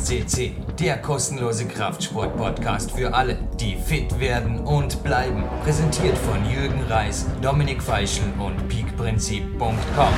PowerQuest.cc, der kostenlose Kraftsport-Podcast für alle, die fit werden und bleiben. Präsentiert von Jürgen Reis, Dominik Feischl und peakprinzip.com.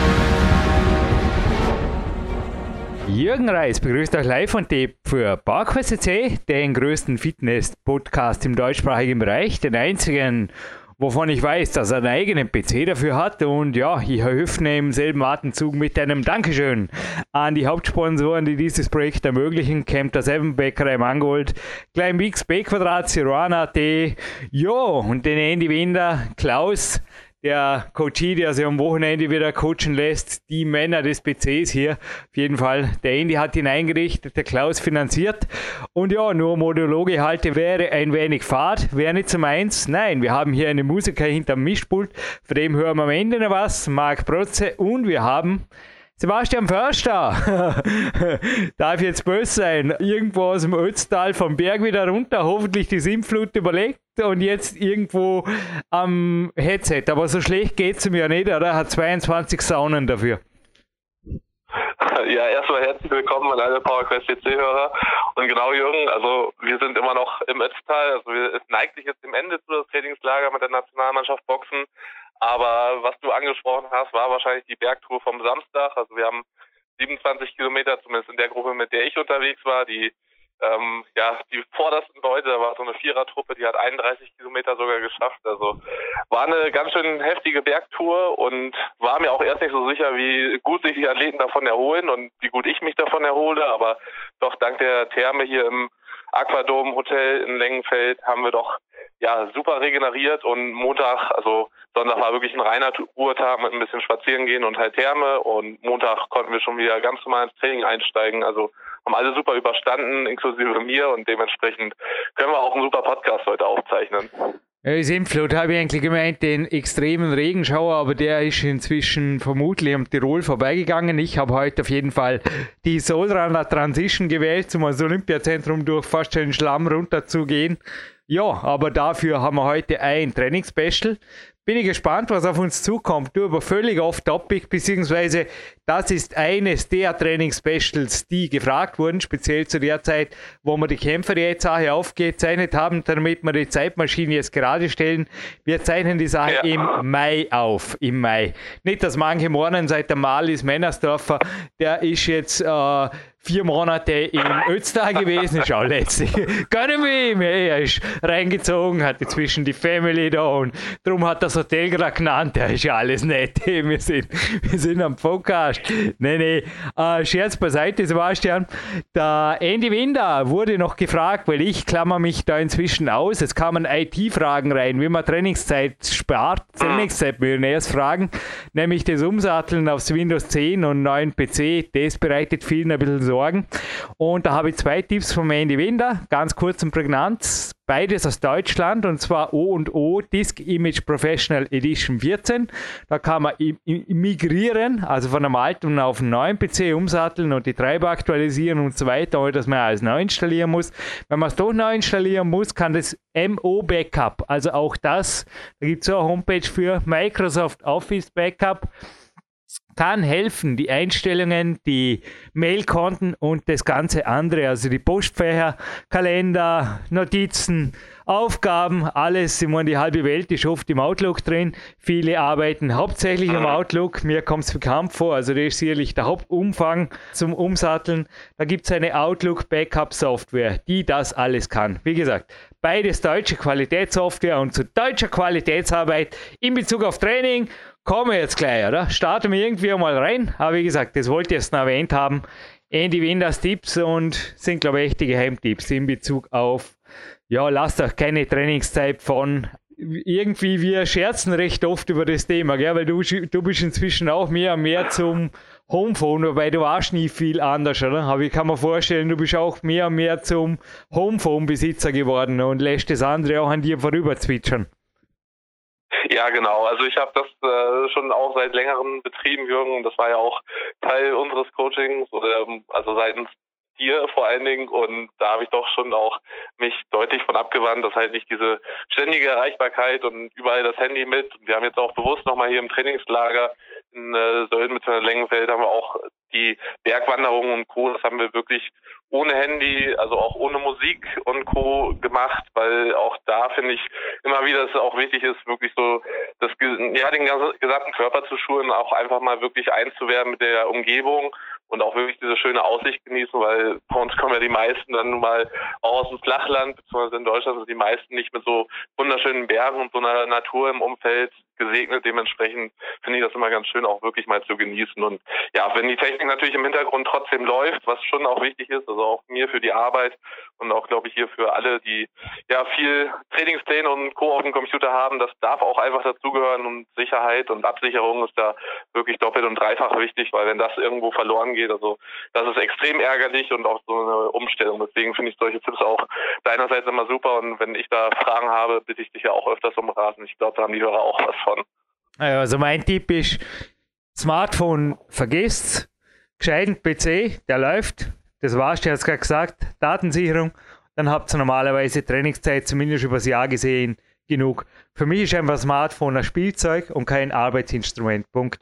Jürgen Reis begrüßt euch live und tape für PowerQuest.cc, den größten Fitness-Podcast im deutschsprachigen Bereich, den einzigen, wovon ich weiß, dass er einen eigenen PC dafür hat. Und ja, ich eröffne im selben Atemzug mit einem Dankeschön an die Hauptsponsoren, die dieses Projekt ermöglichen. Camper 7, Bäckerei Mangold, Klein Bix, B-Quadrat, Ciruana.at, jo, und den Andy Winder, Klaus, der Coachie, der sich am Wochenende wieder coachen lässt, die Männer des PCs hier. Auf jeden Fall, der Andy hat ihn eingerichtet, der Klaus finanziert. Und ja, nur Monologe halte wäre ein wenig fad, wäre nicht so meins. Nein, wir haben hier einen Musiker hinterm Mischpult, von dem hören wir am Ende noch was, Marc Protze, und wir haben Sebastian Förster. Darf jetzt böse sein. Irgendwo aus dem Ötztal vom Berg wieder runter, hoffentlich die Sintflut überlegt und jetzt irgendwo am Headset. Aber so schlecht geht es ihm ja nicht, oder? Er hat 22 Saunen dafür. Ja, erstmal herzlich willkommen an alle PowerQuest.cc-Hörer. Und genau, Jürgen, also wir sind immer noch im Ötztal. Also es neigt sich jetzt dem Ende zu das Trainingslager mit der Nationalmannschaft Boxen. Aber was du angesprochen hast, war wahrscheinlich die Bergtour vom Samstag. Also wir haben 27 Kilometer, zumindest in der Gruppe, mit der ich unterwegs war. Die vordersten Leute, da war so eine Vierertruppe, die hat 31 Kilometer sogar geschafft. Also war eine ganz schön heftige Bergtour und war mir auch erst nicht so sicher, wie gut sich die Athleten davon erholen und wie gut ich mich davon erhole. Aber doch dank der Therme hier im Aquadom Hotel in Lengenfeld haben wir doch super regeneriert, und Sonntag war wirklich ein reiner Ruhetag mit ein bisschen spazieren gehen und halt Therme, und Montag konnten wir schon wieder ganz normal ins Training einsteigen. Also haben alle super überstanden, inklusive mir, und dementsprechend können wir auch einen super Podcast heute aufzeichnen. Sintflut habe ich eigentlich gemeint, den extremen Regenschauer, aber der ist inzwischen vermutlich am Tirol vorbeigegangen. Ich habe heute auf jeden Fall die Solrunner Transition gewählt, um ans Olympiazentrum durch fast den Schlamm runter zu gehen. Ja, aber dafür haben wir heute ein Trainingsspecial. Bin ich gespannt, was auf uns zukommt. Du, aber völlig off-topic, beziehungsweise das ist eines der Trainingsspecials, die gefragt wurden, speziell zu der Zeit, wo wir die Kämpfer-Sache aufgezeichnet haben, damit wir die Zeitmaschine jetzt gerade stellen. Wir zeichnen die Sache im Mai auf, im Mai. Nicht, dass manche morgen seit der Malis Männersdorfer, der ist jetzt 4 Monate in Ötztal gewesen, ist auch letztlich. Gönnen wir ihm, er ist reingezogen, hat inzwischen die Family da, und darum hat das Hotel gerade genannt, ja, ist ja alles nett, wir sind am Podcast. Nee, Scherz beiseite, Sebastian. Der Andy Winder wurde noch gefragt, weil ich klammer mich da inzwischen aus, es kamen IT-Fragen rein, wie man Trainingszeit spart, Trainingszeit-Millionärs-Fragen, nämlich das Umsatteln aufs Windows 10 und neuen PC, das bereitet vielen ein bisschen Sorgen. Und da habe ich 2 Tipps von Andy Winder, ganz kurz und prägnant, beides aus Deutschland, und zwar O&O Disk Image Professional Edition 14. Da kann man migrieren, also von einem alten auf einen neuen PC umsatteln und die Treiber aktualisieren und so weiter, ohne dass man alles neu installieren muss. Wenn man es doch neu installieren muss, kann das MO Backup, also auch das, da gibt es so eine Homepage für Microsoft Office Backup, kann helfen, die Einstellungen, die Mailkonten und das ganze andere, also die Postfächer, Kalender, Notizen, Aufgaben, alles, ich meine, die halbe Welt ist oft im Outlook drin. Viele arbeiten hauptsächlich im Outlook, mir kommt es bekannt vor, also das ist sicherlich der Hauptumfang zum Umsatteln. Da gibt es eine Outlook-Backup-Software, die das alles kann. Wie gesagt, beides deutsche Qualitätssoftware, und zu deutscher Qualitätsarbeit in Bezug auf Training kommen wir jetzt gleich, oder? Starten wir irgendwie mal rein. Aber wie gesagt, das wollte ich jetzt noch erwähnt haben. Andy Winders Tipps, und sind, glaube ich, echte Geheimtipps in Bezug auf, lasst euch keine Trainingszeit von. Irgendwie, wir scherzen recht oft über das Thema, gell? Weil du bist inzwischen auch mehr und mehr zum Homephone, wobei du warst nie viel anders, oder? Aber ich kann mir vorstellen, du bist auch mehr und mehr zum Homephone-Besitzer geworden und lässt das andere auch an dir vorüber zwitschern. Ja, genau. Also ich habe das schon auch seit längerem betrieben, Jürgen. Das war ja auch Teil unseres Coachings, also seitens dir vor allen Dingen. Und da habe ich doch schon auch mich deutlich von abgewandt, dass halt nicht diese ständige Erreichbarkeit und überall das Handy mit. Wir haben jetzt auch bewusst nochmal hier im Trainingslager in Sölden mit Lengenfeld haben wir auch die Bergwanderungen und Co., das haben wir wirklich ohne Handy, also auch ohne Musik und Co. gemacht, weil auch da finde ich immer wieder, dass es auch wichtig ist, wirklich so den gesamten Körper zu schulen, auch einfach mal wirklich eins zu werden mit der Umgebung und auch wirklich diese schöne Aussicht genießen, weil bei uns kommen ja die meisten dann nun mal auch aus dem Flachland, beziehungsweise in Deutschland sind die meisten nicht mit so wunderschönen Bergen und so einer Natur im Umfeld gesegnet. Dementsprechend finde ich das immer ganz schön, auch wirklich mal zu genießen. Und ja, wenn die Technik natürlich im Hintergrund trotzdem läuft, was schon auch wichtig ist, also auch mir für die Arbeit und auch, glaube ich, hier für alle, die ja viel Trainingspläne und Co. auf dem Computer haben, das darf auch einfach dazugehören und Sicherheit und Absicherung ist da wirklich doppelt und dreifach wichtig, weil wenn das irgendwo verloren geht, also das ist extrem ärgerlich und auch so eine Umstellung. Deswegen finde ich solche Tipps auch deinerseits immer super und wenn ich da Fragen habe, bitte ich dich ja auch öfters um Rat und ich glaube, da haben die Hörer auch was von. Also mein Tipp ist, Smartphone vergesst, gescheiten PC, der läuft, das war's, du hast gerade gesagt, Datensicherung, dann habt ihr normalerweise Trainingszeit, zumindest übers Jahr gesehen, genug. Für mich ist einfach Smartphone ein Spielzeug und kein Arbeitsinstrument, Punkt.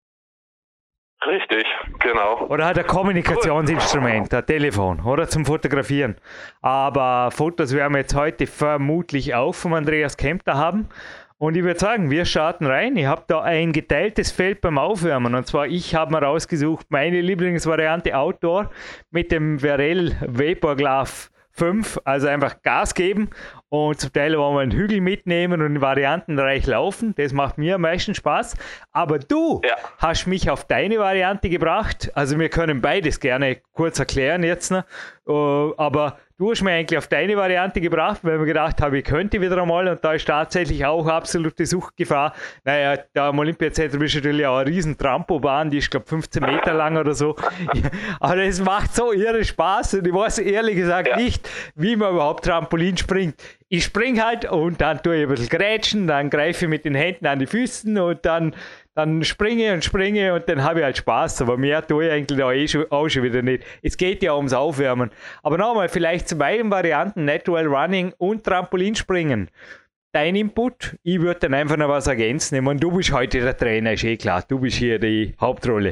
Richtig, genau. Oder halt ein Kommunikationsinstrument, ein Telefon, oder zum Fotografieren. Aber Fotos werden wir jetzt heute vermutlich auch vom Andreas Kempter haben. Und ich würde sagen, wir starten rein. Ich habe da ein geteiltes Feld beim Aufwärmen. Und zwar, ich habe mir rausgesucht, meine Lieblingsvariante Outdoor mit dem Verell Vaporglove 5, also einfach Gas geben und zum Teil wollen wir einen Hügel mitnehmen und in Variantenreich laufen. Das macht mir am meisten Spaß. Aber du hast mich auf deine Variante gebracht. Also wir können beides gerne kurz erklären jetzt noch. Aber du hast mich eigentlich auf deine Variante gebracht, weil ich mir gedacht habe, ich könnte wieder einmal und da ist tatsächlich auch absolute Suchtgefahr. Naja, da am Olympiazentrum ist natürlich auch eine riesen Trampolin, die ist glaube 15 Meter lang oder so. Aber es macht so irre Spaß und ich weiß ehrlich gesagt nicht, wie man überhaupt Trampolin springt. Ich springe halt und dann tue ich ein bisschen grätschen, dann greife ich mit den Händen an die Füßen und dann springe und dann habe ich halt Spaß. Aber mehr tue ich eigentlich auch schon wieder nicht. Es geht ja ums Aufwärmen. Aber nochmal, vielleicht zu beiden Varianten, Natural Running und Trampolinspringen. Dein Input, ich würde dann einfach noch was ergänzen. Ich meine, du bist heute der Trainer, ist eh klar. Du bist hier die Hauptrolle.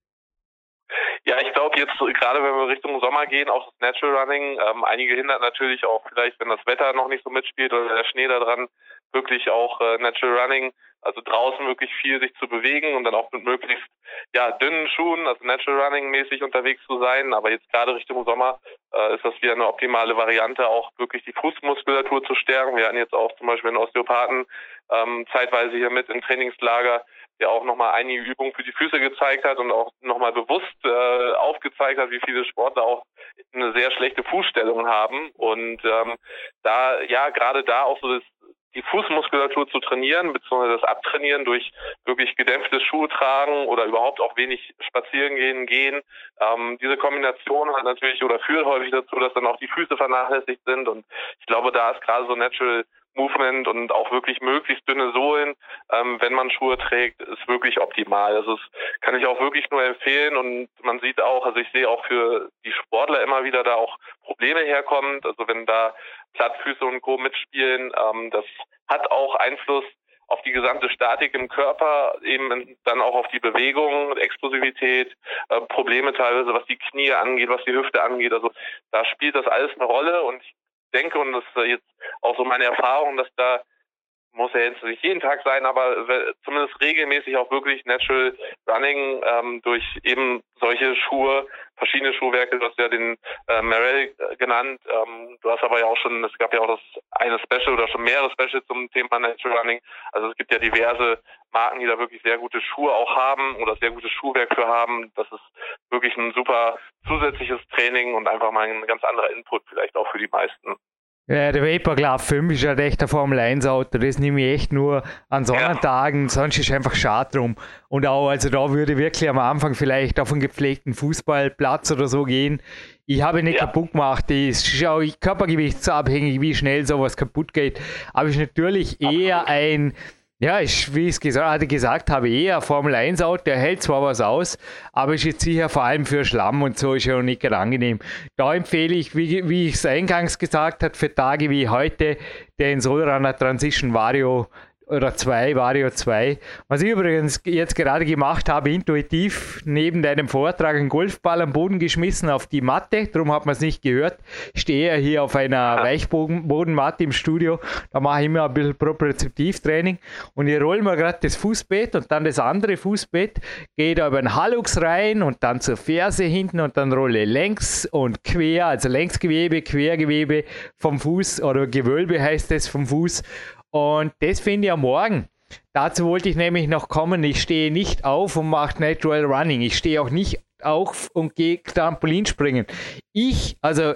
Ja, ich glaube jetzt, gerade wenn wir Richtung Sommer gehen, auch das Natural Running, einige hindert natürlich auch vielleicht, wenn das Wetter noch nicht so mitspielt oder der Schnee da dran, wirklich auch Natural Running, also draußen wirklich viel sich zu bewegen und dann auch mit möglichst dünnen Schuhen, also Natural Running mäßig unterwegs zu sein. Aber jetzt gerade Richtung Sommer ist das wieder eine optimale Variante, auch wirklich die Fußmuskulatur zu stärken. Wir hatten jetzt auch zum Beispiel einen Osteopathen zeitweise hier mit im Trainingslager, der auch nochmal einige Übungen für die Füße gezeigt hat und auch nochmal bewusst aufgezeigt hat, wie viele Sportler auch eine sehr schlechte Fußstellung haben. Und gerade da auch so die Fußmuskulatur zu trainieren, beziehungsweise das Abtrainieren durch wirklich gedämpftes Schuhe tragen oder überhaupt auch wenig spazieren gehen. Diese Kombination hat natürlich oder führt häufig dazu, dass dann auch die Füße vernachlässigt sind. Und ich glaube, da ist gerade so Natural Movement und auch wirklich möglichst dünne Sohlen, wenn man Schuhe trägt, ist wirklich optimal. Also das kann ich auch wirklich nur empfehlen und man sieht auch, also ich sehe auch für die Sportler immer wieder da auch Probleme herkommt. Also wenn da Plattfüße und Co. mitspielen, das hat auch Einfluss auf die gesamte Statik im Körper, eben dann auch auf die Bewegung, Explosivität, Probleme teilweise, was die Knie angeht, was die Hüfte angeht. Also da spielt das alles eine Rolle und ich denke, und das ist jetzt auch so meine Erfahrung, dass da, muss ja jetzt nicht jeden Tag sein, aber zumindest regelmäßig auch wirklich Natural Running durch eben solche Schuhe, verschiedene Schuhwerke, du hast ja den Merrell genannt, du hast aber ja auch schon, es gab ja auch das eine Special oder schon mehrere Specials zum Thema Natural Running, also es gibt ja diverse Marken, die da wirklich sehr gute Schuhe auch haben oder sehr gutes Schuhwerk für haben. Das ist wirklich ein super zusätzliches Training und einfach mal ein ganz anderer Input vielleicht auch für die meisten. Ja, der Vaporglove 5 ist halt echt ein Formel-1-Auto, das nehme ich echt nur an Sonnentagen, sonst ist einfach schade drum. Und auch, also da würde ich wirklich am Anfang vielleicht auf einen gepflegten Fußballplatz oder so gehen. Ich habe nicht kaputt gemacht, das ist auch körpergewichtsabhängig, wie schnell sowas kaputt geht. Aber es ist natürlich eher ein... Ja, ist, wie ich es gesagt habe, eher ein Formel-1-Auto, der hält zwar was aus, aber ist jetzt sicher vor allem für Schlamm und so ist ja auch nicht gerade angenehm. Da empfehle ich, wie ich es eingangs gesagt habe, für Tage wie heute, den Solrunner Transition Vario oder 2, Vario 2. Was ich übrigens jetzt gerade gemacht habe, intuitiv neben deinem Vortrag einen Golfball am Boden geschmissen auf die Matte, darum hat man es nicht gehört. Ich stehe ja hier auf einer Weichbodenmatte im Studio, da mache ich immer ein bisschen Propriozeptivtraining und ich rolle mir gerade das Fußbett und dann das andere Fußbett, gehe da über den Hallux rein und dann zur Ferse hinten und dann rolle längs und quer, also Längsgewebe, Quergewebe vom Fuß oder Gewölbe heißt es vom Fuß. Und das finde ich am Morgen. Dazu wollte ich nämlich noch kommen. Ich stehe nicht auf und mache Natural Running. Ich stehe auch nicht auf und gehe Trampolinspringen. Ich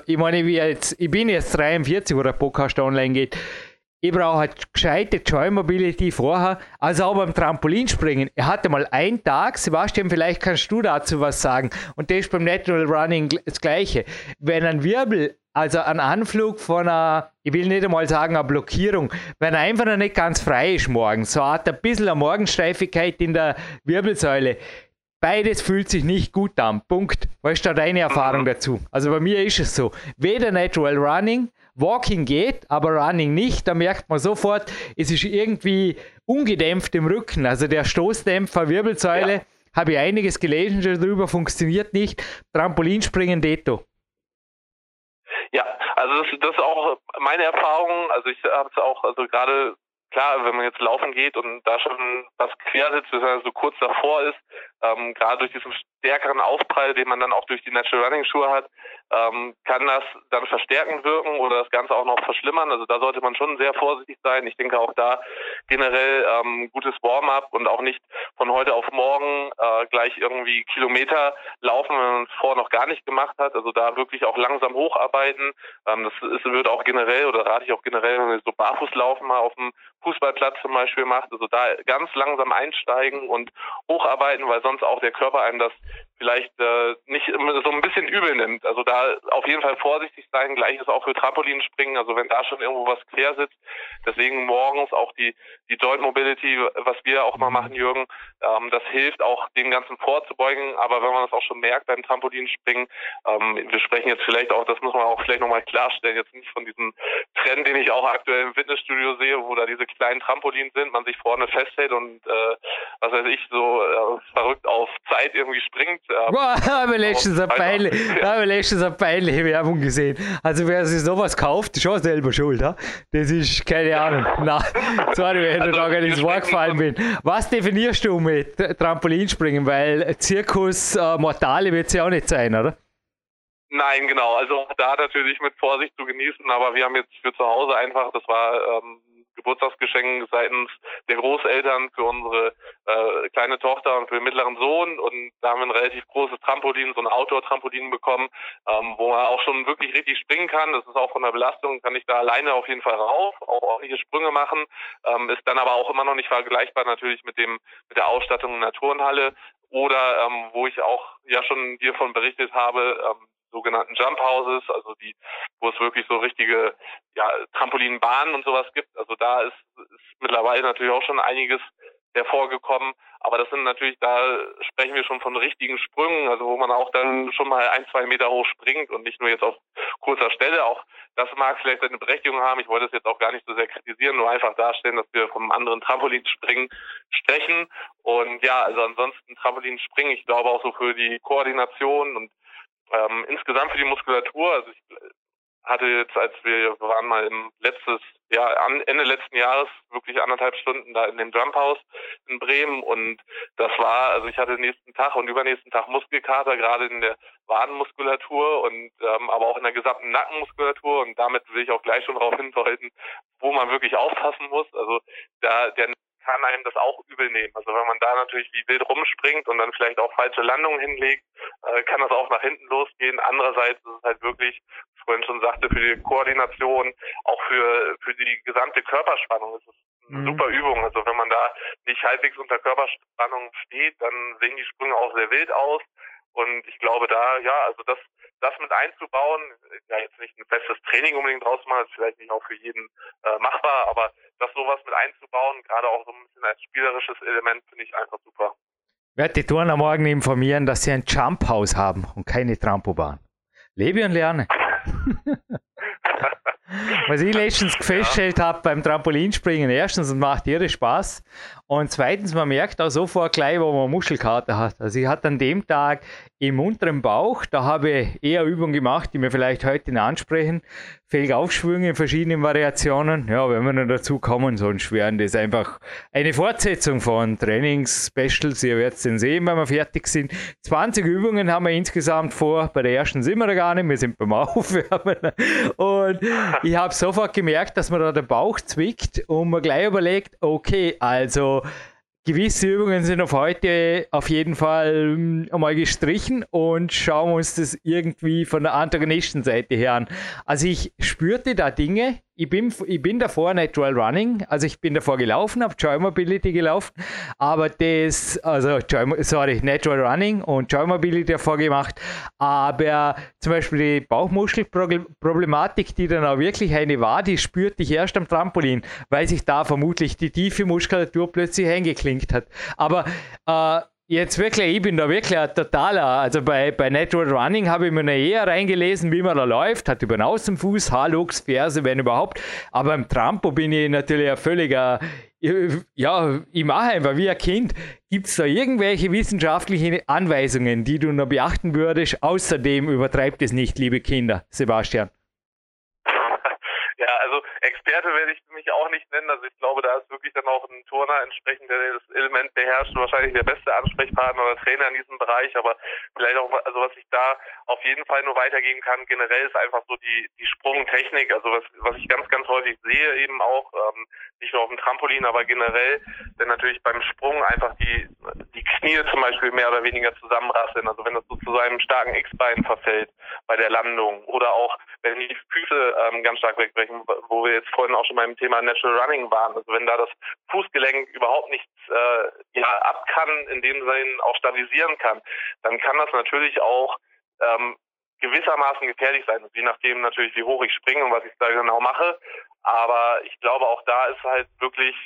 bin jetzt 43, wo der Podcast online geht. Ich brauche halt gescheite Joy Mobility vorher, also auch beim Trampolinspringen. Er hatte mal einen Tag, Sebastian, vielleicht kannst du dazu was sagen. Und das ist beim Natural Running das Gleiche. Wenn ein Wirbel, also ein Anflug von einer, ich will nicht einmal sagen eine Blockierung, wenn er einfach noch nicht ganz frei ist morgens, so hat er ein bisschen eine Morgensteifigkeit in der Wirbelsäule. Beides fühlt sich nicht gut an. Punkt. Was ist da deine Erfahrung dazu? Also bei mir ist es so, weder Natural Running, Walking geht, aber Running nicht. Da merkt man sofort, es ist irgendwie ungedämpft im Rücken. Also der Stoßdämpfer, Wirbelsäule, habe ich einiges gelesen darüber, funktioniert nicht. Trampolinspringen, Deto. Ja, also das ist auch meine Erfahrung. Also ich habe es auch, also gerade klar, wenn man jetzt laufen geht und da schon was quer sitzt, also so kurz davor ist, gerade durch diesen stärkeren Aufprall, den man dann auch durch die Natural Running Schuhe hat, kann das dann verstärkend wirken oder das Ganze auch noch verschlimmern. Also da sollte man schon sehr vorsichtig sein. Ich denke auch da generell gutes Warm-up und auch nicht von heute auf morgen gleich irgendwie Kilometer laufen, wenn man es vorher noch gar nicht gemacht hat. Also da wirklich auch langsam hocharbeiten. Wird auch generell, oder rate ich auch generell, wenn man so Barfußlaufen mal auf dem Fußballplatz zum Beispiel macht, also da ganz langsam einsteigen und hocharbeiten, weil sonst auch der Körper einem das vielleicht nicht so ein bisschen übel nimmt. Also da auf jeden Fall vorsichtig sein. Gleiches auch für Trampolinspringen. Also wenn da schon irgendwo was quer sitzt. Deswegen morgens auch die Joint Mobility, was wir auch mal machen, Jürgen, das hilft auch dem Ganzen vorzubeugen. Aber wenn man das auch schon merkt beim Trampolinspringen, wir sprechen jetzt vielleicht auch, das muss man auch vielleicht nochmal klarstellen, jetzt nicht von diesem Trend, den ich auch aktuell im Fitnessstudio sehe, wo da diese kleinen Trampolins sind, man sich vorne festhält und was weiß ich, so verrückt auf Zeit irgendwie springt. Boah, da haben wir letztens eine peinliche Werbung gesehen. Also wer sich sowas kauft, ist schon selber schuld. Ha? Das ist keine Ahnung. Nein, sorry, wenn ich da gar nicht ins Wort gefallen bin. Was definierst du mit Trampolinspringen? Weil Zirkus Mortale wird es ja auch nicht sein, oder? Nein, genau. Also da natürlich mit Vorsicht zu genießen. Aber wir haben jetzt für zu Hause einfach, das war Geburtstagsgeschenk seitens der Großeltern für unsere kleine Tochter und für den mittleren Sohn, und da haben wir ein relativ großes Trampolin, so ein Outdoor-Trampolin bekommen, wo man auch schon wirklich richtig springen kann. Das ist auch von der Belastung, kann ich da alleine auf jeden Fall rauf, auch ordentliche Sprünge machen, ist dann aber auch immer noch nicht vergleichbar natürlich mit der Ausstattung in der Turnhalle oder wo ich auch ja schon dir von berichtet habe, sogenannten Jump Houses, also wo es wirklich so richtige Trampolinbahnen und sowas gibt. Also da ist mittlerweile natürlich auch schon einiges hervorgekommen, aber das sind natürlich, da sprechen wir schon von richtigen Sprüngen, also wo man auch dann schon mal 1-2 Meter hoch springt und nicht nur jetzt auf kurzer Stelle. Auch das mag vielleicht eine Berechtigung haben, ich wollte es jetzt auch gar nicht so sehr kritisieren, nur einfach darstellen, dass wir vom anderen Trampolinspringen sprechen. Und ja, also ansonsten Trampolinspringen, ich glaube auch so für die Koordination und insgesamt für die Muskulatur. Also ich hatte jetzt, als wir waren mal Ende letzten Jahres wirklich 1,5 Stunden da in dem Jump House in Bremen, und das war, also ich hatte nächsten Tag und übernächsten Tag Muskelkater, gerade in der Wadenmuskulatur und aber auch in der gesamten Nackenmuskulatur, und damit will ich auch gleich schon darauf hindeuten, wo man wirklich aufpassen muss. Also der kann einem das auch übel nehmen. Also wenn man da natürlich wie wild rumspringt und dann vielleicht auch falsche Landungen hinlegt, kann das auch nach hinten losgehen. Andererseits ist es halt wirklich, wie ich vorhin schon sagte, für die Koordination, auch für die gesamte Körperspannung ist es eine super Übung. Also wenn man da nicht halbwegs unter Körperspannung steht, dann sehen die Sprünge auch sehr wild aus. Und ich glaube da, also das mit einzubauen, ja jetzt nicht ein festes Training unbedingt draus machen, ist vielleicht nicht auch für jeden machbar, aber das sowas mit einzubauen, gerade auch so ein bisschen als spielerisches Element, finde ich einfach super. Ich werde die Turner morgen informieren, dass sie ein Jump House haben und keine Trampolin. Lebe und lerne. Was ich letztens festgestellt habe beim Trampolinspringen, erstens, es macht irre Spaß und zweitens, man merkt auch sofort gleich, wo man Muskelkater hat. Also ich hatte an dem Tag im unteren Bauch, da habe ich eher Übungen gemacht, die wir vielleicht heute ansprechen, Felgaufschwünge in verschiedenen Variationen. Ja, wenn wir noch dazu kommen, sonst wären das einfach eine Fortsetzung von Trainings-Specials. Ihr werdet es dann sehen, wenn wir fertig sind. 20 Übungen haben wir insgesamt vor. Bei der ersten sind wir da gar nicht, wir sind beim Aufwärmen. Und ich habe sofort gemerkt, dass mir da der Bauch zwickt und man gleich überlegt, okay, also gewisse Übungen sind auf heute auf jeden Fall einmal gestrichen und schauen wir uns das irgendwie von der Antagonistenseite her an. Also ich spürte da Dinge. Ich bin davor Natural Running, also ich bin davor gelaufen, habe Joy Mobility gelaufen, aber Natural Running und Joy Mobility davor gemacht, aber zum Beispiel die Bauchmuskelproblematik, die dann auch wirklich eine war, die spürte ich erst am Trampolin, weil sich da vermutlich die tiefe Muskulatur plötzlich eingeklinkt hat. Aber jetzt wirklich, ich bin da wirklich ein totaler, also bei Natural Running habe ich mir eher reingelesen, wie man da läuft, hat über den Außenfuß, Halux, Ferse, wenn überhaupt, aber im Trampo bin ich natürlich ein völliger, ja, ich mache einfach wie ein Kind. Gibt es da irgendwelche wissenschaftlichen Anweisungen, die du noch beachten würdest? Außerdem übertreibt es nicht, liebe Kinder, Sebastian. Ja, also Experte werde ich mich auch nicht nennen. Also ich glaube, da ist wirklich dann auch ein Turner entsprechend, der das Element beherrscht, wahrscheinlich der beste Ansprechpartner oder Trainer in diesem Bereich. Aber vielleicht auch, also was ich da auf jeden Fall nur weitergeben kann, generell ist einfach so die Sprungtechnik. Also was ich ganz, ganz häufig sehe eben auch, nicht nur auf dem Trampolin, aber generell, denn natürlich beim Sprung einfach die Knie zum Beispiel mehr oder weniger zusammenrasseln. Also wenn das so zu seinem starken X-Bein verfällt bei der Landung oder auch wenn die Füße ganz stark wegbrechen, wo wir jetzt vorhin auch schon beim Thema Natural Running waren. Also wenn da das Fußgelenk überhaupt nichts ab kann, in dem Sinne auch stabilisieren kann, dann kann das natürlich auch gewissermaßen gefährlich sein. Je nachdem natürlich, wie hoch ich springe und was ich da genau mache. Aber ich glaube, auch da ist halt wirklich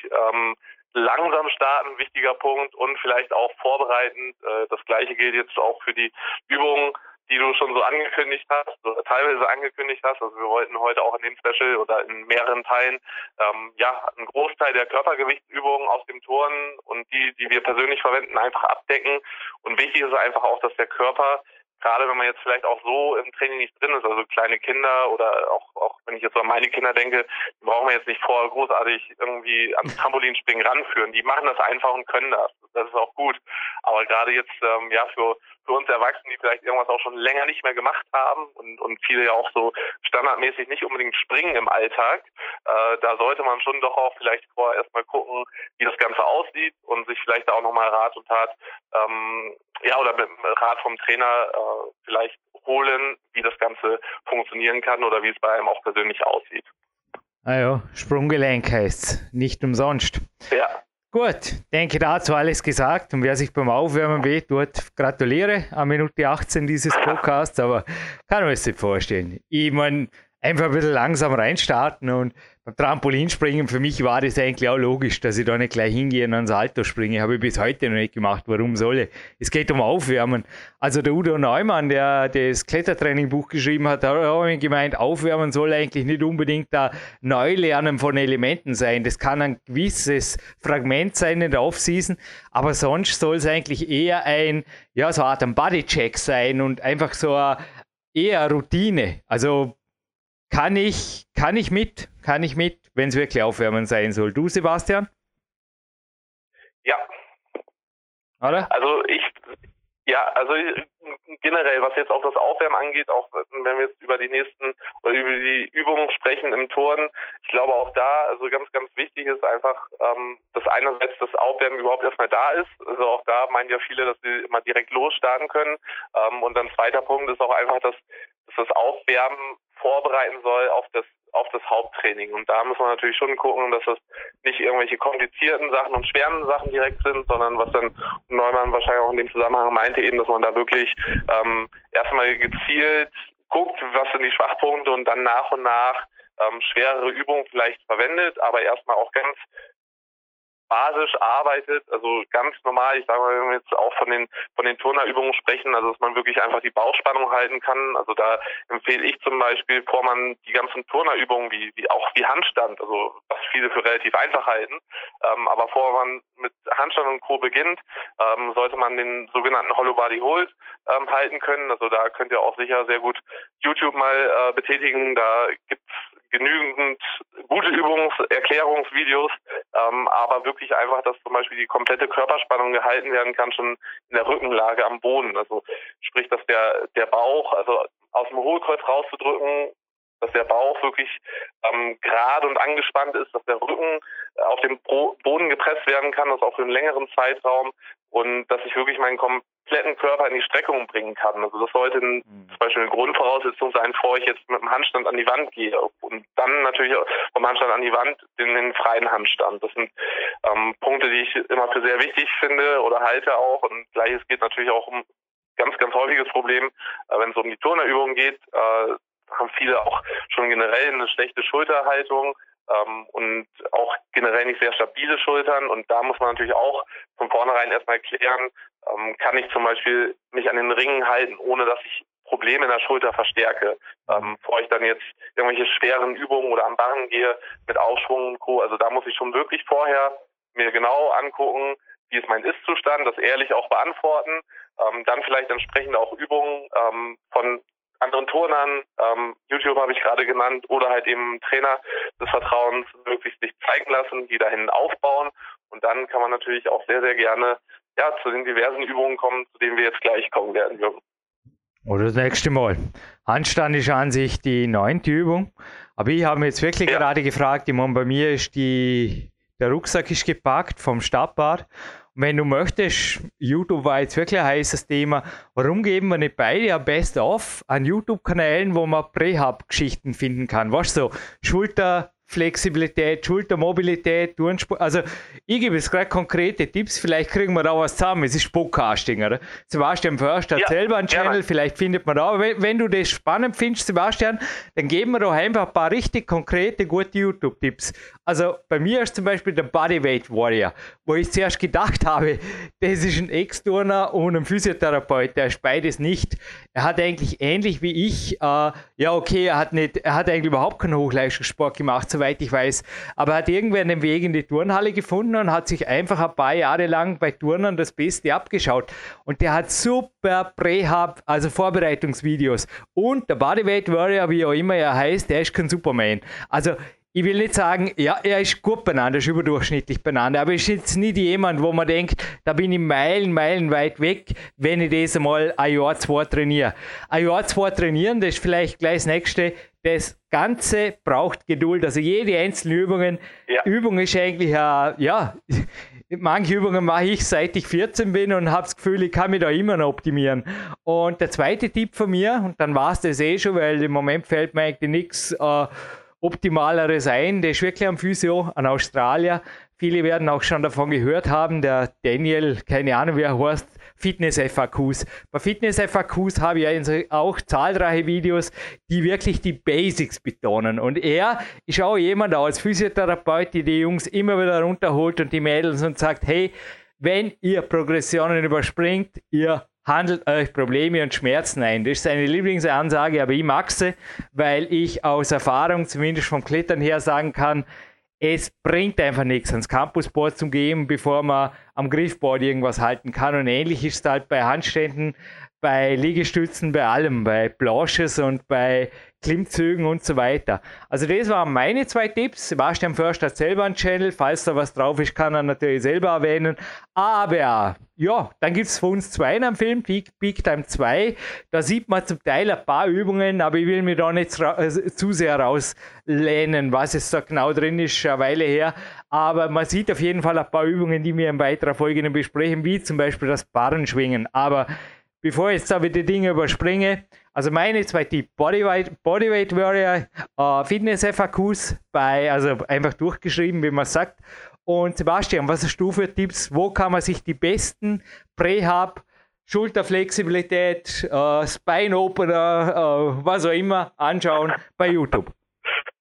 langsam starten ein wichtiger Punkt und vielleicht auch vorbereitend. Das Gleiche gilt jetzt auch für die Übungen, die du schon so angekündigt hast, oder teilweise angekündigt hast. Also wir wollten heute auch in dem Special oder in mehreren Teilen einen Großteil der Körpergewichtsübungen aus dem Turnen und die wir persönlich verwenden, einfach abdecken. Und wichtig ist einfach auch, dass der Körper, gerade wenn man jetzt vielleicht auch so im Training nicht drin ist, also kleine Kinder oder auch wenn ich jetzt an meine Kinder denke, die brauchen wir jetzt nicht vorher großartig irgendwie ans Trampolinspringen ranführen. Die machen das einfach und können das. Das ist auch gut. Aber gerade jetzt für uns Erwachsene, die vielleicht irgendwas auch schon länger nicht mehr gemacht haben und viele ja auch so standardmäßig nicht unbedingt springen im Alltag, da sollte man schon doch auch vielleicht vorher erstmal gucken, wie das Ganze aussieht und sich vielleicht auch nochmal Rat und Tat oder mit Rat vom Trainer vielleicht holen, wie das Ganze funktionieren kann oder wie es bei einem auch persönlich aussieht. Ah ja, Sprunggelenk heißt's, nicht umsonst. Ja. Gut, denke dazu alles gesagt und wer sich beim Aufwärmen wehtut, gratuliere an Minute 18 dieses Podcasts, aber kann man sich nicht vorstellen. Ich meine, einfach ein bisschen langsam reinstarten und beim Trampolinspringen, für mich war das eigentlich auch logisch, dass ich da nicht gleich hingehe und ans Salto springe. Habe ich bis heute noch nicht gemacht. Warum soll ich? Es geht um Aufwärmen. Also der Udo Neumann, der das Klettertraining-Buch geschrieben hat, hat auch gemeint, Aufwärmen soll eigentlich nicht unbedingt da Neulernen von Elementen sein. Das kann ein gewisses Fragment sein in der Off-Season, aber sonst soll es eigentlich eher so eine Art Bodycheck sein und einfach so eher Routine. Also kann ich mit, wenn es wirklich Aufwärmen sein soll. Du, Sebastian? Ja. Oder? Also generell, was jetzt auch das Aufwärmen angeht, auch wenn wir jetzt über die Übungen sprechen im Turnen, ich glaube auch da, also ganz, ganz wichtig ist einfach, dass einerseits das Aufwärmen überhaupt erstmal da ist. Also auch da meinen ja viele, dass sie immer direkt losstarten können. Und dann zweiter Punkt ist auch einfach, dass das Aufwärmen vorbereiten soll auf das Haupttraining. Und da muss man natürlich schon gucken, dass das nicht irgendwelche komplizierten Sachen und schweren Sachen direkt sind, sondern was dann Neumann wahrscheinlich auch in dem Zusammenhang meinte, eben, dass man da wirklich erstmal gezielt guckt, was sind die Schwachpunkte und dann nach und nach schwerere Übungen vielleicht verwendet, aber erstmal auch ganz basisch arbeitet, also ganz normal, ich sage mal, wenn wir jetzt auch von den Turnerübungen sprechen, also dass man wirklich einfach die Bauchspannung halten kann. Also da empfehle ich zum Beispiel, bevor man die ganzen Turnerübungen wie Handstand, also was viele für relativ einfach halten, aber bevor man mit Handstand und Co. beginnt, sollte man den sogenannten Hollow Body Hold halten können. Also da könnt ihr auch sicher sehr gut YouTube mal betätigen. Da gibt's genügend gute Erklärungsvideos, aber wirklich einfach, dass zum Beispiel die komplette Körperspannung gehalten werden kann, schon in der Rückenlage am Boden. Also sprich, dass der Bauch, also aus dem Hohlkreuz rauszudrücken, dass der Bauch wirklich gerade und angespannt ist, dass der Rücken auf den Boden gepresst werden kann, das auch für einen längeren Zeitraum, und dass ich wirklich meinen kompletten Körper in die Streckung bringen kann. Also das sollte zum Beispiel eine Grundvoraussetzung sein, bevor ich jetzt mit dem Handstand an die Wand gehe. Und dann natürlich vom Handstand an die Wand in den freien Handstand. Das sind Punkte, die ich immer für sehr wichtig finde oder halte auch. Und gleiches geht natürlich auch um ganz, ganz häufiges Problem, wenn es um die Turnerübungen geht, haben viele auch schon generell eine schlechte Schulterhaltung und auch generell nicht sehr stabile Schultern. Und da muss man natürlich auch von vornherein erstmal klären, kann ich zum Beispiel mich an den Ringen halten, ohne dass ich Probleme in der Schulter verstärke, bevor ich dann jetzt irgendwelche schweren Übungen oder am Barren gehe mit Aufschwung und Co. Also da muss ich schon wirklich vorher mir genau angucken, wie ist mein Ist-Zustand, das ehrlich auch beantworten, dann vielleicht entsprechend auch Übungen von anderen Turnern, YouTube habe ich gerade genannt, oder halt eben Trainer des Vertrauens wirklich sich zeigen lassen, die dahin aufbauen, und dann kann man natürlich auch sehr, sehr gerne zu den diversen Übungen kommen, zu denen wir jetzt gleich kommen werden, Jürgen. Oder das nächste Mal. Handstand ist an sich die 9. Übung, aber ich habe mich jetzt wirklich gerade gefragt, ich meine, bei mir ist der Rucksack ist gepackt vom Stadtbad. Und wenn du möchtest, YouTube war jetzt wirklich ein heißes Thema, warum geben wir nicht beide ein Best-of an YouTube-Kanälen, wo man Prähab-Geschichten finden kann? Weißt du, so Schulterflexibilität, Schultermobilität, Turnsport. Also ich gebe jetzt gerade konkrete Tipps, vielleicht kriegen wir da was zusammen. Es ist Podcasting, oder? Sebastian Förster hat selber einen Channel, vielleicht findet man da. Wenn du das spannend findest, Sebastian, dann geben wir doch einfach ein paar richtig konkrete, gute YouTube-Tipps. Also bei mir ist zum Beispiel der Bodyweight Warrior, wo ich zuerst gedacht habe, das ist ein Ex-Turner und ein Physiotherapeut, der ist beides nicht. Er hat eigentlich ähnlich wie ich, er hat eigentlich überhaupt keinen Hochleistungssport gemacht, soweit ich weiß, aber er hat irgendwann den Weg in die Turnhalle gefunden und hat sich einfach ein paar Jahre lang bei Turnern das Beste abgeschaut. Und der hat super Prähab, also Vorbereitungsvideos. Und der Bodyweight Warrior, wie auch immer er heißt, der ist kein Superman. Also ich will nicht sagen, er ist gut beieinander, ist überdurchschnittlich beieinander, aber ist jetzt nicht jemand, wo man denkt, da bin ich Meilen weit weg, wenn ich das einmal ein Jahr, 2 trainiere. Ein Jahr, 2 trainieren, das ist vielleicht gleich das Nächste. Das Ganze braucht Geduld, also jede einzelne Übung ist eigentlich, manche Übungen mache ich, seit ich 14 bin und habe das Gefühl, ich kann mich da immer noch optimieren. Und der zweite Tipp von mir, und dann war es das schon, weil im Moment fällt mir eigentlich nichts Optimaleres ein, der ist wirklich ein Physio, ein Australier. Viele werden auch schon davon gehört haben, der Daniel, keine Ahnung wie er heißt, Fitness-FAQs. Bei Fitness-FAQs habe ich auch zahlreiche Videos, die wirklich die Basics betonen. Und er ist auch jemand, der als Physiotherapeut, die Jungs immer wieder runterholt und die Mädels und sagt, hey, wenn ihr Progressionen überspringt, ihr handelt euch Probleme und Schmerzen ein. Das ist seine Lieblingsansage, aber ich mag sie, weil ich aus Erfahrung, zumindest vom Klettern her, sagen kann, es bringt einfach nichts, ans Campusboard zu gehen, bevor man am Griffboard irgendwas halten kann. Und ähnlich ist es halt bei Handständen, bei Liegestützen, bei allem, bei Planches und bei Klimmzügen und so weiter. Also das waren meine 2 Tipps. Sebastian Förster hat selber einen Channel. Falls da was drauf ist, kann er natürlich selber erwähnen. Aber ja, dann gibt es von uns 2 am Film, Peak Time 2. Da sieht man zum Teil ein paar Übungen, aber ich will mich da nicht zu sehr rauslehnen, was es da genau drin ist, eine Weile her. Aber man sieht auf jeden Fall ein paar Übungen, die wir in weiterer Folge besprechen, wie zum Beispiel das Barrenschwingen. Aber bevor ich jetzt aber die Dinge überspringe, also meine 2 Tipps, Bodyweight Warrior, Fitness-FAQs, also einfach durchgeschrieben, wie man sagt. Und Sebastian, was hast du für Tipps? Wo kann man sich die besten Prähab, Schulterflexibilität, Spine Opener, was auch immer anschauen bei YouTube?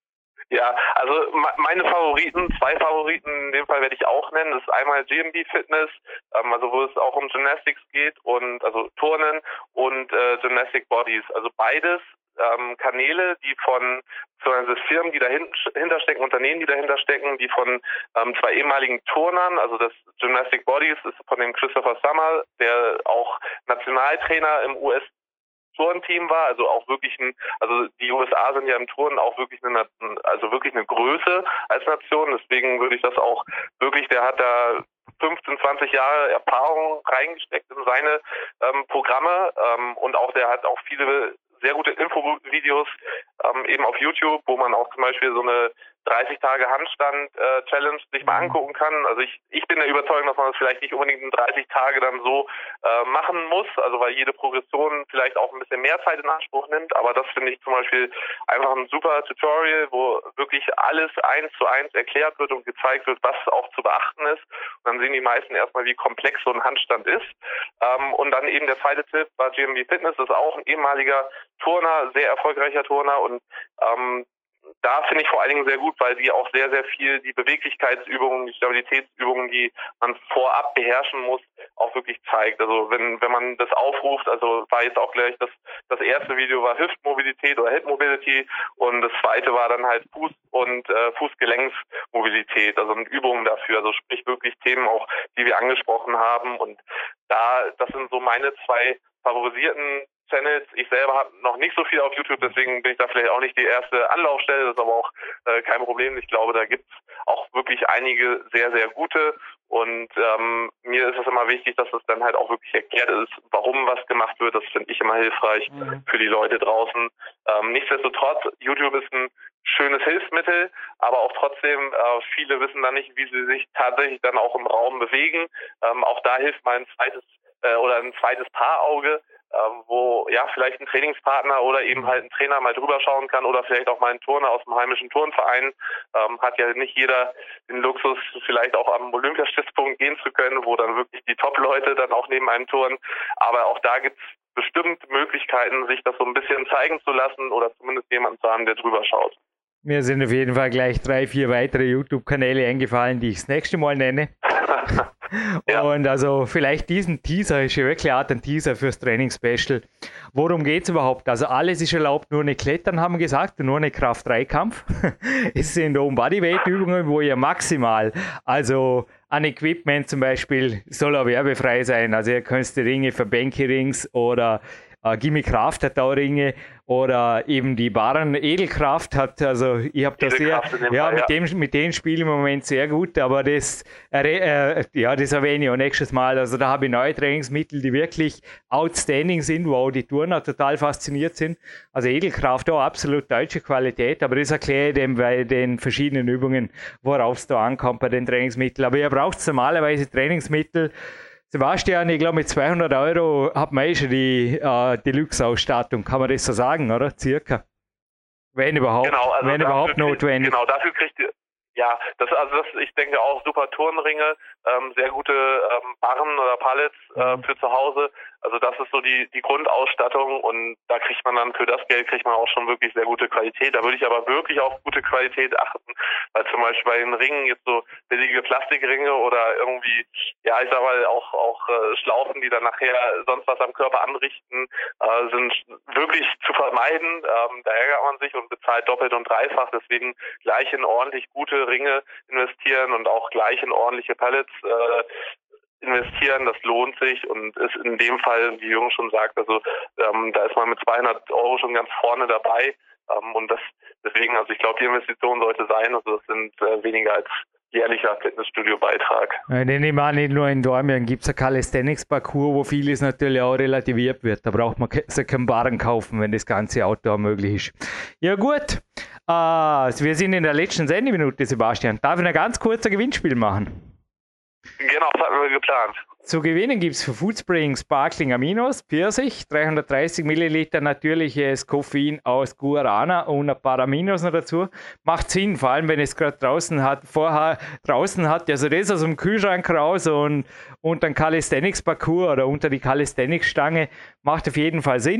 Ja, also meine Favoriten, 2 Favoriten, in dem Fall werde ich auch nennen. Das ist einmal GMB Fitness, also wo es auch um Gymnastics geht und also Turnen und Gymnastic Bodies. Also beides Kanäle, die von Firmen, die dahinter stecken, Unternehmen, die dahinter stecken, die von 2 ehemaligen Turnern, also das Gymnastic Bodies ist von dem Christopher Summer, der auch Nationaltrainer im US-Turnteam war, also auch wirklich also die USA sind ja im Turnen auch wirklich eine Größe als Nation, deswegen würde ich das auch wirklich, der hat da 15, 20 Jahre Erfahrung reingesteckt in seine Programme und auch der hat auch viele sehr gute Infovideos eben auf YouTube, wo man auch zum Beispiel so eine 30 Tage Handstand-Challenge sich mal angucken kann. Also ich bin der Überzeugung, dass man das vielleicht nicht unbedingt in 30 Tage dann so machen muss, also weil jede Progression vielleicht auch ein bisschen mehr Zeit in Anspruch nimmt, aber das finde ich zum Beispiel einfach ein super Tutorial, wo wirklich alles 1:1 erklärt wird und gezeigt wird, was auch zu beachten ist. Und dann sehen die meisten erstmal, wie komplex so ein Handstand ist. Und dann eben der zweite Tipp war GMB Fitness, das ist auch ein ehemaliger Turner, sehr erfolgreicher Turner und da finde ich vor allen Dingen sehr gut, weil die auch sehr, sehr viel die Beweglichkeitsübungen, die Stabilitätsübungen, die man vorab beherrschen muss, auch wirklich zeigt. Also wenn man das aufruft, also war jetzt auch gleich das erste Video war Hüftmobilität oder Hip Mobility und das zweite war dann halt Fuß- und Fußgelenksmobilität, also Übungen dafür, also sprich wirklich Themen auch, die wir angesprochen haben und das sind so meine 2 favorisierten Channels. Ich selber habe noch nicht so viel auf YouTube, deswegen bin ich da vielleicht auch nicht die erste Anlaufstelle, das ist aber auch kein Problem. Ich glaube, da gibt es auch wirklich einige sehr, sehr gute und mir ist es immer wichtig, dass es dann halt auch wirklich erklärt ist, warum was gemacht wird. Das finde ich immer hilfreich für die Leute draußen. Nichtsdestotrotz, YouTube ist ein schönes Hilfsmittel, aber auch trotzdem, viele wissen dann nicht, wie sie sich tatsächlich dann auch im Raum bewegen. Auch da hilft mal ein zweites Paarauge, wo ja vielleicht ein Trainingspartner oder eben halt ein Trainer mal drüber schauen kann oder vielleicht auch mal ein Turner aus dem heimischen Turnverein. Hat ja nicht jeder den Luxus, vielleicht auch am Olympiastützpunkt gehen zu können, wo dann wirklich die Top-Leute dann auch neben einem turnen. Aber auch da gibt's bestimmt Möglichkeiten, sich das so ein bisschen zeigen zu lassen oder zumindest jemanden zu haben, der drüber schaut. Mir sind auf jeden Fall gleich 3, 4 weitere YouTube-Kanäle eingefallen, die ich das nächste Mal nenne. Ja. Und also vielleicht diesen Teaser ist ja wirklich auch ein Teaser fürs Training-Special. Worum geht es überhaupt? Also alles ist erlaubt, nur nicht Klettern, haben wir gesagt, nur nicht Kraft-3-Kampf. Es sind Bodyweight-Übungen, wo ihr maximal, also an Equipment zum Beispiel, soll auch werbefrei sein. Also ihr könnt die Ringe für Banky-Rings oder Gimme Kraft hat auch Ringe oder eben die Barren Edelkraft hat, also ich habe das sehr, mit denen spiele ich im Moment sehr gut, aber das erwähne ich auch nächstes Mal. Also da habe ich neue Trainingsmittel, die wirklich outstanding sind, wo auch die Turner total fasziniert sind. Also Edelkraft auch absolut deutsche Qualität, aber das erkläre ich dem bei den verschiedenen Übungen, worauf es da ankommt bei den Trainingsmitteln. Aber ihr braucht normalerweise Trainingsmittel. Sebastian, ich glaube mit 200 € hat man schon die Deluxe-Ausstattung, kann man das so sagen, oder? Circa. Wenn überhaupt, genau, also wenn überhaupt notwendig. Genau, dafür kriegt ihr, ja, ich denke auch super Turnringe, sehr gute Barren oder Pallets für zu Hause. Also das ist so die Grundausstattung und da kriegt man dann für das Geld auch schon wirklich sehr gute Qualität. Da würde ich aber wirklich auf gute Qualität achten, weil zum Beispiel bei den Ringen jetzt so billige Plastikringe oder irgendwie, ja ich sag mal auch Schlaufen, die dann nachher sonst was am Körper anrichten, sind wirklich zu vermeiden. Da ärgert man sich und bezahlt doppelt und dreifach. Deswegen gleich in ordentlich gute Ringe investieren und auch gleich in ordentliche Pallets investieren, das lohnt sich und ist in dem Fall, wie Jürgen schon sagt, also da ist man mit 200 € schon ganz vorne dabei und deswegen, also ich glaube, die Investition sollte sein, also das sind weniger als jährlicher Fitnessstudio-Beitrag. Den ich meine, nicht nur in Dormien gibt es ein Calisthenics-Parcours, wo vieles natürlich auch relativiert wird. Da braucht man keinen Barren kaufen, wenn das ganze Outdoor möglich ist. Ja gut, wir sind in der letzten Sendeminute, Sebastian. Darf ich ein ganz kurzes Gewinnspiel machen? Genau, das hatten wir geplant. Zu gewinnen gibt es für Foodspring Sparkling Aminos, Pfirsich, 330 Milliliter natürliches Koffein aus Guarana und ein paar Aminos noch dazu. Macht Sinn, vor allem wenn es gerade draußen hat, also das aus dem Kühlschrank raus und unter den Calisthenics Parcours oder unter die Calisthenics Stange macht auf jeden Fall Sinn.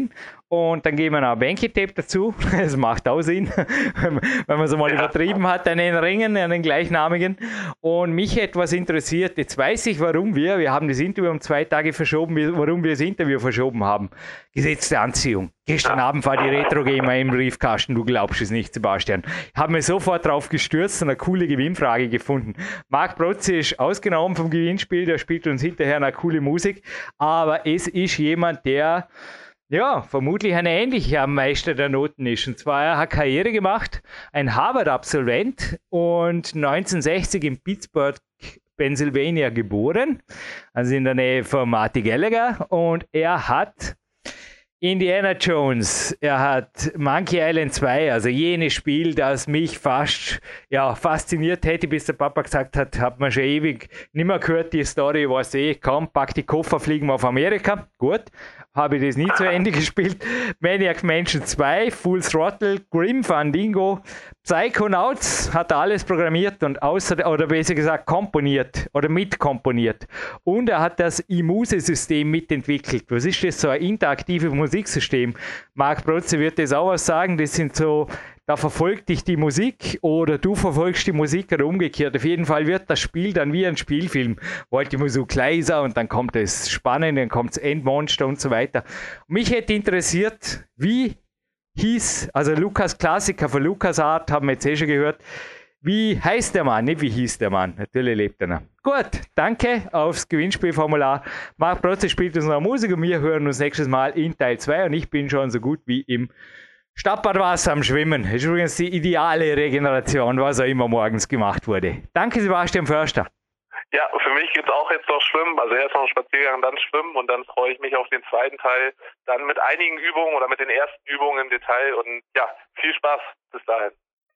Und dann geben wir noch ein Banky-Tape dazu. Das macht auch Sinn, wenn man es mal übertrieben hat, einen Ringen, einen gleichnamigen. Und mich etwas interessiert, jetzt weiß ich, warum wir haben das Interview um 2 Tage verschoben, warum wir das Interview verschoben haben. Gesetz der Anziehung. Gestern Abend war die Retro-Gamer im Briefkasten, du glaubst es nicht, Sebastian. Ich habe mir sofort drauf gestürzt und eine coole Gewinnfrage gefunden. Marc Protze ist ausgenommen vom Gewinnspiel, der spielt uns hinterher eine coole Musik, aber es ist jemand, der vermutlich ein ähnlicher Meister der Noten ist. Und zwar, er hat Karriere gemacht, ein Harvard-Absolvent und 1960 in Pittsburgh, Pennsylvania geboren, also in der Nähe von Marty Gallagher, und er hat Indiana Jones, er hat Monkey Island 2, also jenes Spiel, das mich fast fasziniert hätte, bis der Papa gesagt hat man schon ewig nicht mehr gehört, die Story, was komm, pack die Koffer, fliegen wir auf Amerika. Gut, habe ich das nie zu Ende gespielt. Maniac Mansion 2, Full Throttle, Grim Fandango, Psychonauts hat er alles programmiert und besser gesagt komponiert oder mitkomponiert. Und er hat das IMUSE-System mitentwickelt. Was ist das, so ein interaktives Musiksystem? Marc Protze wird das auch was sagen, das sind so, da verfolgt dich die Musik oder du verfolgst die Musik oder umgekehrt. Auf jeden Fall wird das Spiel dann wie ein Spielfilm. Wollt die Musik leiser und dann kommt das Spannende, dann kommt das Endmonster und so weiter. Und mich hätte interessiert, wie hieß, also Lukas Klassiker von LucasArts, haben wir jetzt schon gehört. Wie heißt der Mann? Nicht wie hieß der Mann. Natürlich lebt er noch. Gut, danke aufs Gewinnspielformular. Marc Protze spielt uns noch Musik und wir hören uns nächstes Mal in Teil 2 und ich bin schon so gut wie im Stadtbadwasser am Schwimmen. Das ist übrigens die ideale Regeneration, was auch immer morgens gemacht wurde. Danke, Sebastian Förster. Ja, für mich geht es auch jetzt noch Schwimmen. Also erst noch ein Spaziergang, dann Schwimmen und dann freue ich mich auf den zweiten Teil. Dann mit einigen Übungen oder mit den ersten Übungen im Detail und ja, viel Spaß. Bis dahin.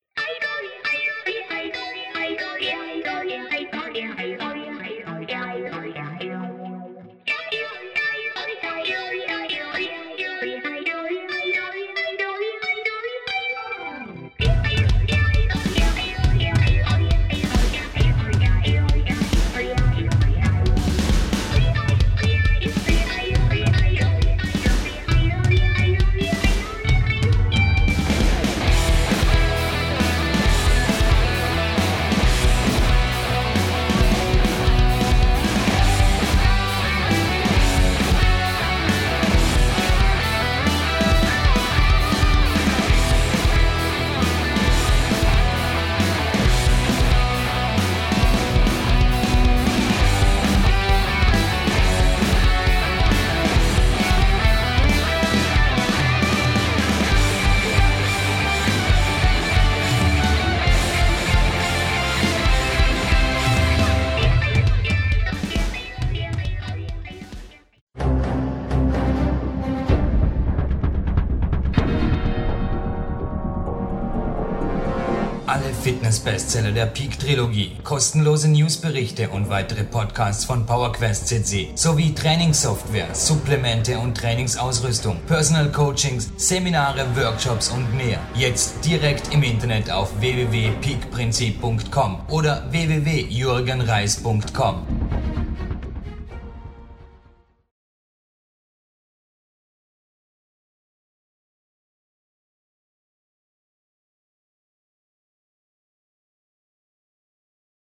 Fitness-Bestseller der Peak-Trilogie, kostenlose Newsberichte und weitere Podcasts von PowerQuest CC sowie Trainingssoftware, Supplemente und Trainingsausrüstung, Personal Coachings, Seminare, Workshops und mehr. Jetzt direkt im Internet auf www.peakprinzip.com oder www.jürgenreis.com.